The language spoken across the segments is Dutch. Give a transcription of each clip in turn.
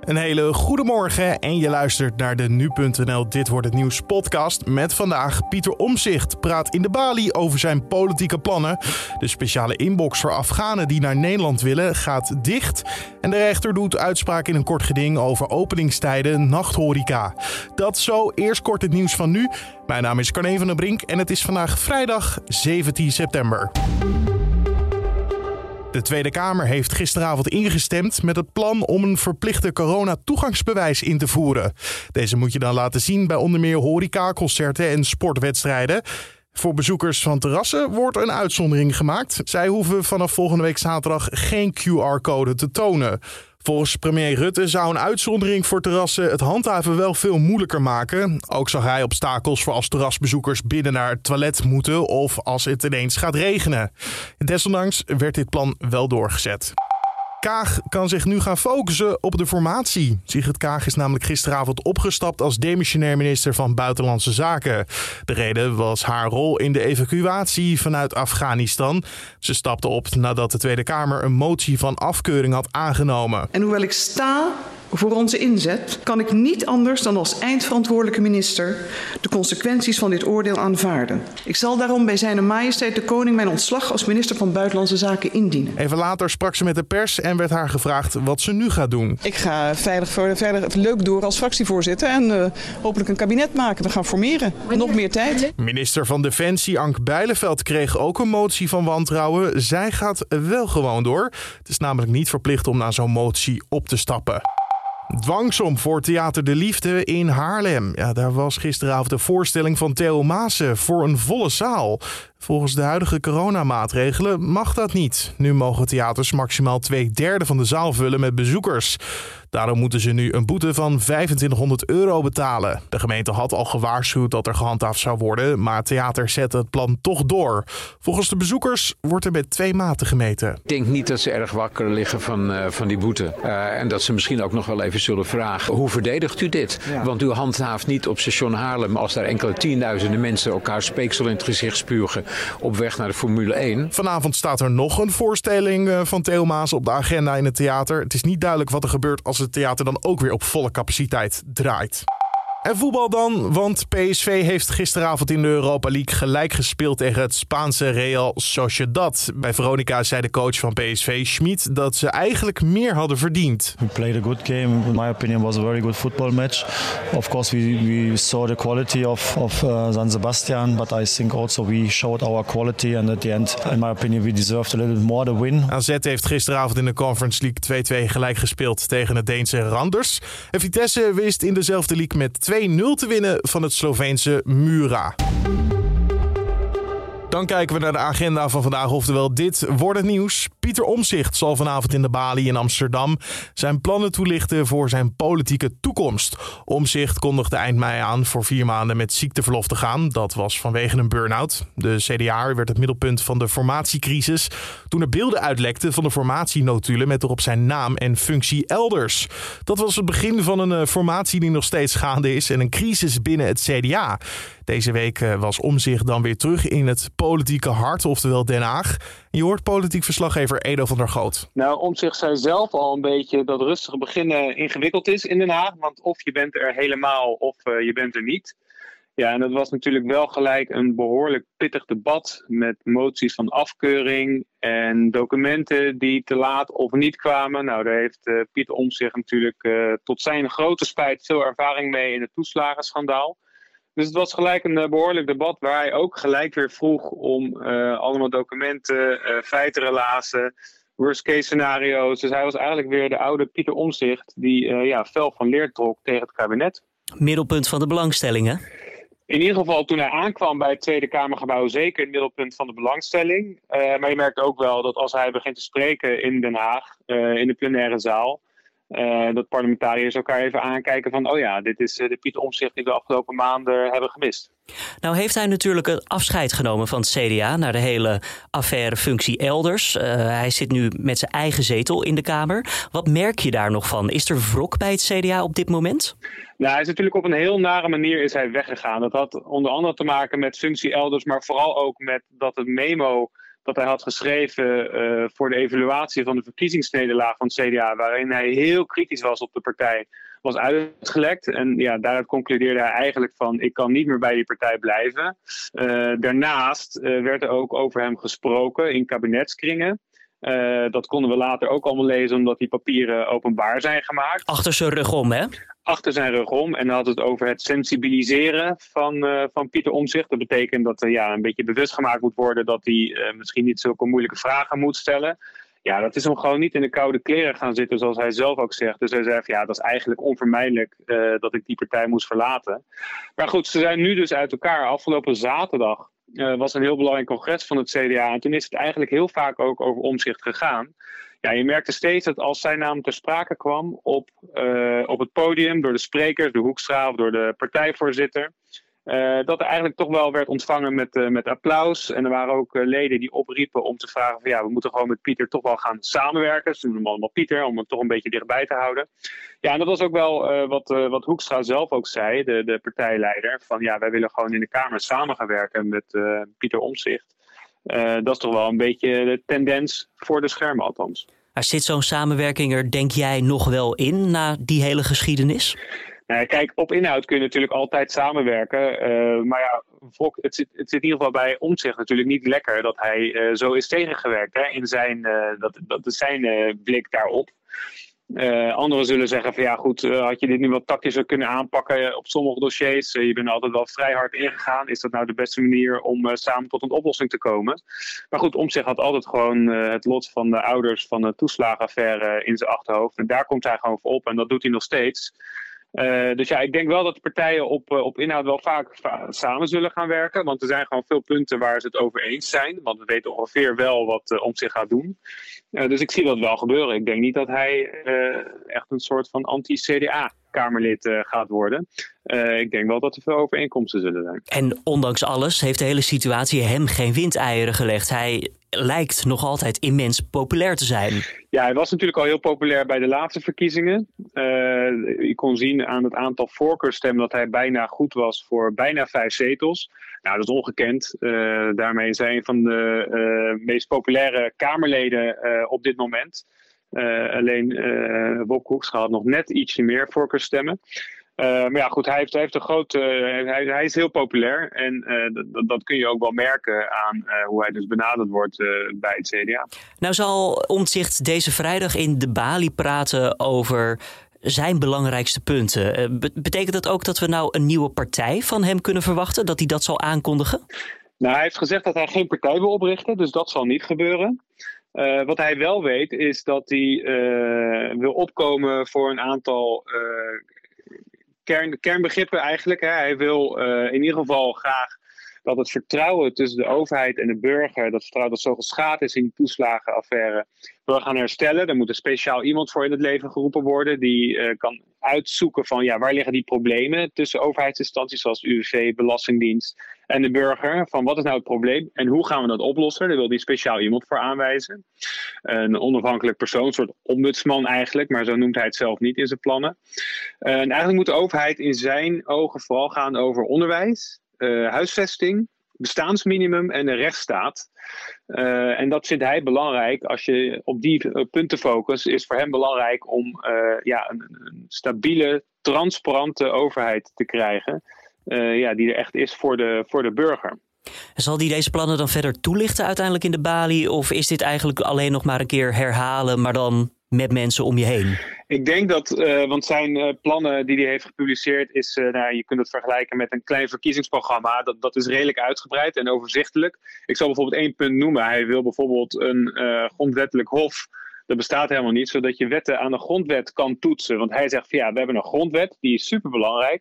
Een hele goede morgen en je luistert naar de Nu.nl Dit Wordt Het Nieuws podcast met vandaag Pieter Omtzigt praat in de Bali over zijn politieke plannen. De speciale inbox voor Afghanen die naar Nederland willen gaat dicht. En de rechter doet uitspraak in een kort geding over openingstijden nachthoreca. Dat zo, eerst kort het nieuws van nu. Mijn naam is Carne van der Brink en het is vandaag vrijdag 17 september. De Tweede Kamer heeft gisteravond ingestemd met het plan om een verplichte corona-toegangsbewijs in te voeren. Deze moet je dan laten zien bij onder meer horeca, concerten en sportwedstrijden. Voor bezoekers van terrassen wordt een uitzondering gemaakt. Zij hoeven vanaf volgende week zaterdag geen QR-code te tonen. Volgens premier Rutte zou een uitzondering voor terrassen het handhaven wel veel moeilijker maken. Ook zag hij obstakels voor als terrasbezoekers binnen naar het toilet moeten of als het ineens gaat regenen. Desondanks werd dit plan wel doorgezet. Kaag kan zich nu gaan focussen op de formatie. Sigrid Kaag is namelijk gisteravond opgestapt als demissionair minister van Buitenlandse Zaken. De reden was haar rol in de evacuatie vanuit Afghanistan. Ze stapte op nadat de Tweede Kamer een motie van afkeuring had aangenomen. En hoewel ik sta voor onze inzet, kan ik niet anders dan als eindverantwoordelijke minister de consequenties van dit oordeel aanvaarden. Ik zal daarom bij Zijne Majesteit de Koning mijn ontslag als minister van Buitenlandse Zaken indienen. Even later sprak ze met de pers en werd haar gevraagd wat ze nu gaat doen. Ik ga veilig leuk door als fractievoorzitter en hopelijk een kabinet maken. We gaan formeren. Nog meer tijd. Minister van Defensie Ank Bijleveld kreeg ook een motie van wantrouwen. Zij gaat wel gewoon door. Het is namelijk niet verplicht om na zo'n motie op te stappen. Dwangsom voor Theater de Liefde in Haarlem. Ja, daar was gisteravond de voorstelling van Theo Maassen voor een volle zaal. Volgens de huidige coronamaatregelen mag dat niet. Nu mogen theaters maximaal 2/3 van de zaal vullen met bezoekers. Daarom moeten ze nu een boete van €2500 betalen. De gemeente had al gewaarschuwd dat er gehandhaafd zou worden, maar het theater zette het plan toch door. Volgens de bezoekers wordt er met 2 maten gemeten. Ik denk niet dat ze erg wakker liggen van die boete. En dat ze misschien ook nog wel even zullen vragen, hoe verdedigt u dit? Ja. Want u handhaaft niet op station Haarlem als daar enkele tienduizenden mensen elkaar speeksel in het gezicht spugen op weg naar de Formule 1. Vanavond staat er nog een voorstelling van Theo Maassen op de agenda in het theater. Het is niet duidelijk wat er gebeurt als het theater dan ook weer op volle capaciteit draait. En voetbal dan, want PSV heeft gisteravond in de Europa League gelijk gespeeld tegen het Spaanse Real Sociedad. Bij Veronica zei de coach van PSV, Schmid, dat ze eigenlijk meer hadden verdiend. We played a good game. In my opinion was a very good football match. Of course we saw the quality of San Sebastian, but I think also we showed our quality and at the end, in my opinion, we deserved a little bit more to win. AZ heeft gisteravond in de Conference League 2-2 gelijk gespeeld tegen het Deense Randers. En Vitesse wist in dezelfde league met 2-0 te winnen van het Sloveense Mura. Dan kijken we naar de agenda van vandaag, oftewel dit wordt het nieuws. Pieter Omtzigt zal vanavond in de Bali in Amsterdam zijn plannen toelichten voor zijn politieke toekomst. Omtzigt kondigde eind mei aan voor 4 maanden met ziekteverlof te gaan. Dat was vanwege een burn-out. De CDA werd het middelpunt van de formatiecrisis toen er beelden uitlekten van de formatienotulen met erop zijn naam en functie elders. Dat was het begin van een formatie die nog steeds gaande is en een crisis binnen het CDA. Deze week was Omtzigt dan weer terug in het politieke hart, oftewel Den Haag. Je hoort politiek verslaggever Edo van der Goot. Nou, Omtzigt zei zelf al een beetje dat rustige beginnen ingewikkeld is in Den Haag. Want of je bent er helemaal of je bent er niet. Ja, en dat was natuurlijk wel gelijk een behoorlijk pittig debat met moties van afkeuring en documenten die te laat of niet kwamen. Nou, daar heeft Pieter Omtzigt natuurlijk tot zijn grote spijt veel ervaring mee in het toeslagenschandaal. Dus het was gelijk een behoorlijk debat waar hij ook gelijk weer vroeg om allemaal documenten, feitenrelazen, worst case scenario's. Dus hij was eigenlijk weer de oude Pieter Omtzigt die fel van leer trok tegen het kabinet. Middelpunt van de belangstellingen. In ieder geval toen hij aankwam bij het Tweede Kamergebouw zeker het middelpunt van de belangstelling. Maar je merkt ook wel dat als hij begint te spreken in Den Haag, in de plenaire zaal, dat parlementariërs elkaar even aankijken van, oh ja, dit is de Pieter Omtzigt die we de afgelopen maanden hebben gemist. Nou heeft hij natuurlijk een afscheid genomen van het CDA naar de hele affaire functie elders. Hij zit nu met zijn eigen zetel in de Kamer. Wat merk je daar nog van? Is er wrok bij het CDA op dit moment? Nou, hij is natuurlijk op een heel nare manier is hij weggegaan. Dat had onder andere te maken met functie elders, maar vooral ook met dat het memo dat hij had geschreven voor de evaluatie van de verkiezingsnederlaag van het CDA, waarin hij heel kritisch was op de partij, was uitgelekt. En ja, daaruit concludeerde hij eigenlijk van, ik kan niet meer bij die partij blijven. Daarnaast werd er ook over hem gesproken in kabinetskringen. Dat konden we later ook allemaal lezen, omdat die papieren openbaar zijn gemaakt. Achter zijn rug om, hè? Achter zijn rug om. En dan had het over het sensibiliseren van Pieter Omtzigt. Dat betekent dat er een beetje bewust gemaakt moet worden dat hij misschien niet zulke moeilijke vragen moet stellen. Ja, dat is hem gewoon niet in de koude kleren gaan zitten, zoals hij zelf ook zegt. Dus hij zegt, ja, dat is eigenlijk onvermijdelijk dat ik die partij moest verlaten. Maar goed, ze zijn nu dus uit elkaar. Afgelopen zaterdag was een heel belangrijk congres van het CDA. En toen is het eigenlijk heel vaak ook over Omtzigt gegaan. Ja, je merkte steeds dat als zijn naam ter sprake kwam op het podium, door de sprekers, door Hoekstra of door de partijvoorzitter, dat er eigenlijk toch wel werd ontvangen met applaus. En er waren ook leden die opriepen om te vragen van, ja, we moeten gewoon met Pieter toch wel gaan samenwerken. Ze noemen hem allemaal Pieter, om hem toch een beetje dichtbij te houden. Ja, en dat was ook wel wat Hoekstra zelf ook zei, de partijleider, van ja, wij willen gewoon in de Kamer samen gaan werken met Pieter Omtzigt. Dat is toch wel een beetje de tendens voor de schermen althans. Maar zit zo'n samenwerking er, denk jij, nog wel in na die hele geschiedenis? Nou, kijk, op inhoud kun je natuurlijk altijd samenwerken. Maar ja, het zit in ieder geval bij Omtzigt natuurlijk niet lekker dat hij zo is tegengewerkt. Hè, in dat is zijn blik daarop. Anderen zullen zeggen van ja goed, had je dit nu wat tactischer kunnen aanpakken op sommige dossiers. Je bent altijd wel vrij hard ingegaan. Is dat nou de beste manier om samen tot een oplossing te komen? Maar goed, Omtzigt had altijd gewoon het lot van de ouders van de toeslagenaffaire in zijn achterhoofd. En daar komt hij gewoon voor op en dat doet hij nog steeds. Dus ja, ik denk wel dat de partijen op inhoud wel vaak samen zullen gaan werken. Want er zijn gewoon veel punten waar ze het over eens zijn. Want we weten ongeveer wel wat Omtzigt gaat doen. Dus ik zie dat wel gebeuren. Ik denk niet dat hij echt een soort van anti-CDA-Kamerlid gaat worden. Ik denk wel dat er veel overeenkomsten zullen zijn. En ondanks alles heeft de hele situatie hem geen windeieren gelegd. Hij lijkt nog altijd immens populair te zijn. Ja, hij was natuurlijk al heel populair bij de laatste verkiezingen. Je kon zien aan het aantal voorkeurstemmen dat hij bijna goed was voor bijna 5 zetels. Nou, dat is ongekend. Daarmee is hij een van de meest populaire Kamerleden op dit moment. Alleen Wopke Hoekstra had nog net ietsje meer voorkeurstemmen. Maar ja, goed, hij heeft een grote. Hij is heel populair. En dat kun je ook wel merken aan hoe hij dus benaderd wordt bij het CDA. Nou zal Omtzigt deze vrijdag in de Bali praten over zijn belangrijkste punten. Betekent dat ook dat we nou een nieuwe partij van hem kunnen verwachten? Dat hij dat zal aankondigen? Nou, hij heeft gezegd dat hij geen partij wil oprichten. Dus dat zal niet gebeuren. Wat hij wel weet is dat hij wil opkomen voor een aantal kernbegrippen eigenlijk. Hè. Hij wil in ieder geval graag dat het vertrouwen tussen de overheid en de burger, dat vertrouwen dat zo geschaad is in die toeslagenaffaire, wil gaan herstellen. Er moet een speciaal iemand voor in het leven geroepen worden die kan uitzoeken van ja, waar liggen die problemen tussen overheidsinstanties zoals UWV, Belastingdienst en de burger. Van wat is nou het probleem en hoe gaan we dat oplossen? Daar wil die speciaal iemand voor aanwijzen. Een onafhankelijk persoon, een soort ombudsman eigenlijk, maar zo noemt hij het zelf niet in zijn plannen. En eigenlijk moet de overheid in zijn ogen vooral gaan over onderwijs, huisvesting, bestaansminimum en de rechtsstaat. En dat vindt hij belangrijk. Als je op die punten focust, is voor hem belangrijk om een stabiele, transparante overheid te krijgen. Die er echt is voor de burger. Zal hij deze plannen dan verder toelichten uiteindelijk in de Bali? Of is dit eigenlijk alleen nog maar een keer herhalen, maar dan met mensen om je heen? Ik denk dat, want zijn plannen die hij heeft gepubliceerd is, je kunt het vergelijken met een klein verkiezingsprogramma. Dat is redelijk uitgebreid en overzichtelijk. Ik zal bijvoorbeeld 1 punt noemen. Hij wil bijvoorbeeld een grondwettelijk hof. Dat bestaat helemaal niet, zodat je wetten aan de grondwet kan toetsen. Want hij zegt van ja, we hebben een grondwet, die is superbelangrijk.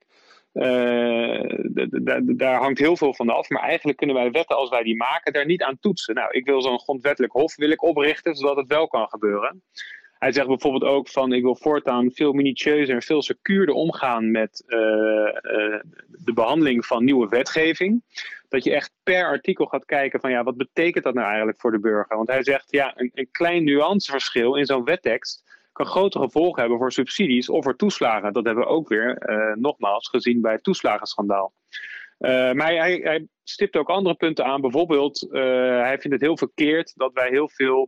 Daar hangt heel veel van af. Maar eigenlijk kunnen wij wetten, als wij die maken, daar niet aan toetsen. Nou, ik wil zo'n grondwettelijk hof oprichten, zodat het wel kan gebeuren. Hij zegt bijvoorbeeld ook van ik wil voortaan veel minutieuzer en veel secuurder omgaan met de behandeling van nieuwe wetgeving. Dat je echt per artikel gaat kijken van ja, wat betekent dat nou eigenlijk voor de burger? Want hij zegt ja, een klein nuanceverschil in zo'n wettekst kan grote gevolgen hebben voor subsidies of voor toeslagen. Dat hebben we ook weer nogmaals gezien bij het toeslagenschandaal. Maar hij stipt ook andere punten aan. Bijvoorbeeld, hij vindt het heel verkeerd dat wij heel veel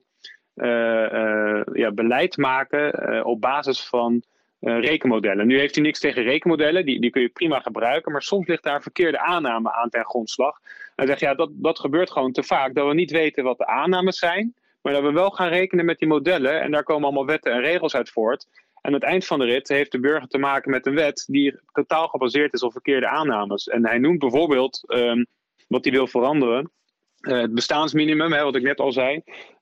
beleid maken op basis van rekenmodellen. Nu heeft hij niks tegen rekenmodellen, die kun je prima gebruiken, maar soms ligt daar een verkeerde aanname aan ten grondslag. Hij zegt, dat gebeurt gewoon te vaak, dat we niet weten wat de aannames zijn, maar dat we wel gaan rekenen met die modellen en daar komen allemaal wetten en regels uit voort. En aan het eind van de rit heeft de burger te maken met een wet die totaal gebaseerd is op verkeerde aannames. En hij noemt bijvoorbeeld wat hij wil veranderen. Het bestaansminimum, wat ik net al zei,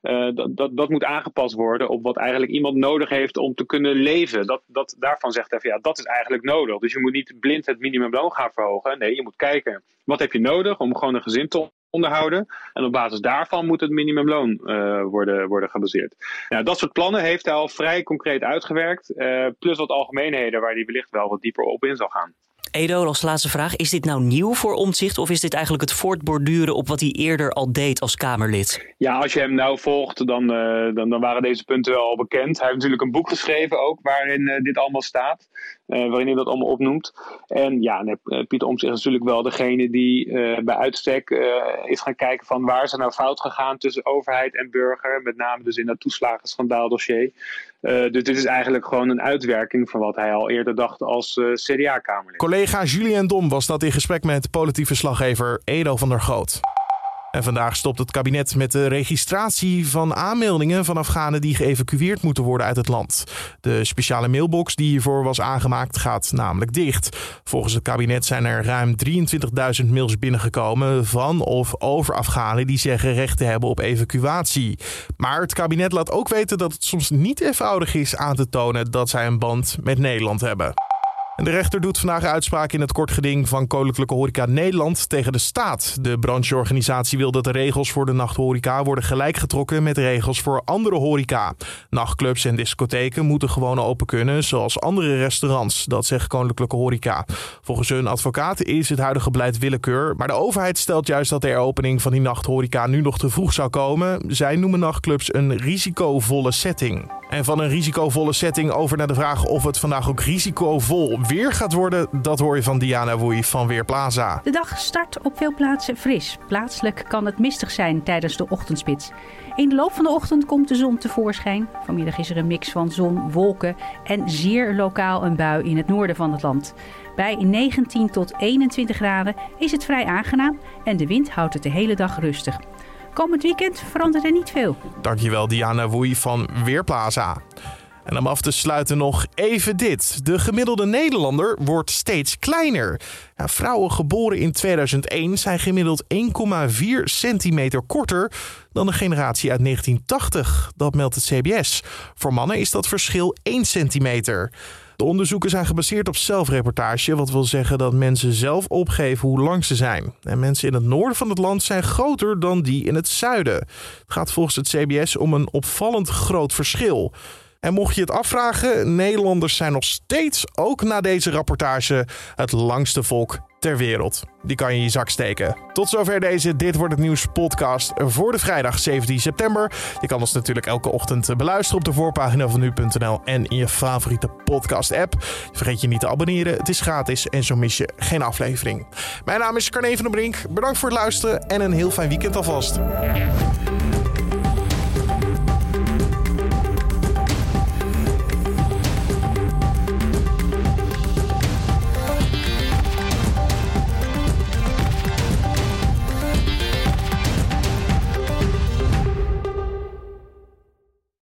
dat moet aangepast worden op wat eigenlijk iemand nodig heeft om te kunnen leven. Daarvan zegt hij van dat is eigenlijk nodig. Dus je moet niet blind het minimumloon gaan verhogen. Nee, je moet kijken, wat heb je nodig om gewoon een gezin te onderhouden. En op basis daarvan moet het minimumloon worden gebaseerd. Nou, dat soort plannen heeft hij al vrij concreet uitgewerkt. Plus wat algemeenheden waar hij wellicht wel wat dieper op in zal gaan. Edo, als laatste vraag. Is dit nou nieuw voor Omtzigt of is dit eigenlijk het voortborduren op wat hij eerder al deed als Kamerlid? Ja, als je hem nou volgt, dan waren deze punten wel al bekend. Hij heeft natuurlijk een boek geschreven ook waarin dit allemaal staat. Waarin hij dat allemaal opnoemt. En Pieter Omtzigt is natuurlijk wel degene die bij uitstek is gaan kijken van waar is er nou fout gegaan tussen overheid en burger. Met name dus in dat toeslagenschandaaldossier. Dus dit is eigenlijk gewoon een uitwerking van wat hij al eerder dacht als CDA-Kamerlid. Collega Julien Dom was dat in gesprek met politiek verslaggever Edo van der Goot. En vandaag stopt het kabinet met de registratie van aanmeldingen van Afghanen die geëvacueerd moeten worden uit het land. De speciale mailbox die hiervoor was aangemaakt gaat namelijk dicht. Volgens het kabinet zijn er ruim 23.000 mails binnengekomen van of over Afghanen die zeggen recht te hebben op evacuatie. Maar het kabinet laat ook weten dat het soms niet eenvoudig is aan te tonen dat zij een band met Nederland hebben. En de rechter doet vandaag uitspraak in het kortgeding van Koninklijke Horeca Nederland tegen de staat. De brancheorganisatie wil dat de regels voor de nachthoreca worden gelijkgetrokken met regels voor andere horeca. Nachtclubs en discotheken moeten gewoon open kunnen, zoals andere restaurants. Dat zegt Koninklijke Horeca. Volgens hun advocaat is het huidige beleid willekeur, maar de overheid stelt juist dat de heropening van die nachthoreca nu nog te vroeg zou komen. Zij noemen nachtclubs een risicovolle setting. En van een risicovolle setting over naar de vraag of het vandaag ook risicovol weer gaat worden, dat hoor je van Diana Woei van Weerplaza. De dag start op veel plaatsen fris. Plaatselijk kan het mistig zijn tijdens de ochtendspits. In de loop van de ochtend komt de zon tevoorschijn. Vanmiddag is er een mix van zon, wolken en zeer lokaal een bui in het noorden van het land. Bij 19 tot 21 graden is het vrij aangenaam en de wind houdt het de hele dag rustig. Komend weekend verandert er niet veel. Dankjewel Diana Woei van Weerplaza. En om af te sluiten nog even dit. De gemiddelde Nederlander wordt steeds kleiner. Vrouwen geboren in 2001 zijn gemiddeld 1,4 centimeter korter dan de generatie uit 1980. Dat meldt het CBS. Voor mannen is dat verschil 1 centimeter. De onderzoeken zijn gebaseerd op zelfreportage, wat wil zeggen dat mensen zelf opgeven hoe lang ze zijn. En mensen in het noorden van het land zijn groter dan die in het zuiden. Het gaat volgens het CBS om een opvallend groot verschil. En mocht je het afvragen, Nederlanders zijn nog steeds, ook na deze rapportage, het langste volk ter wereld. Die kan je in je zak steken. Tot zover deze Dit Wordt Het Nieuws podcast voor de vrijdag 17 september. Je kan ons natuurlijk elke ochtend beluisteren op de voorpagina van nu.nl en in je favoriete podcast app. Vergeet je niet te abonneren, het is gratis en zo mis je geen aflevering. Mijn naam is Carne van den Brink, bedankt voor het luisteren en een heel fijn weekend alvast.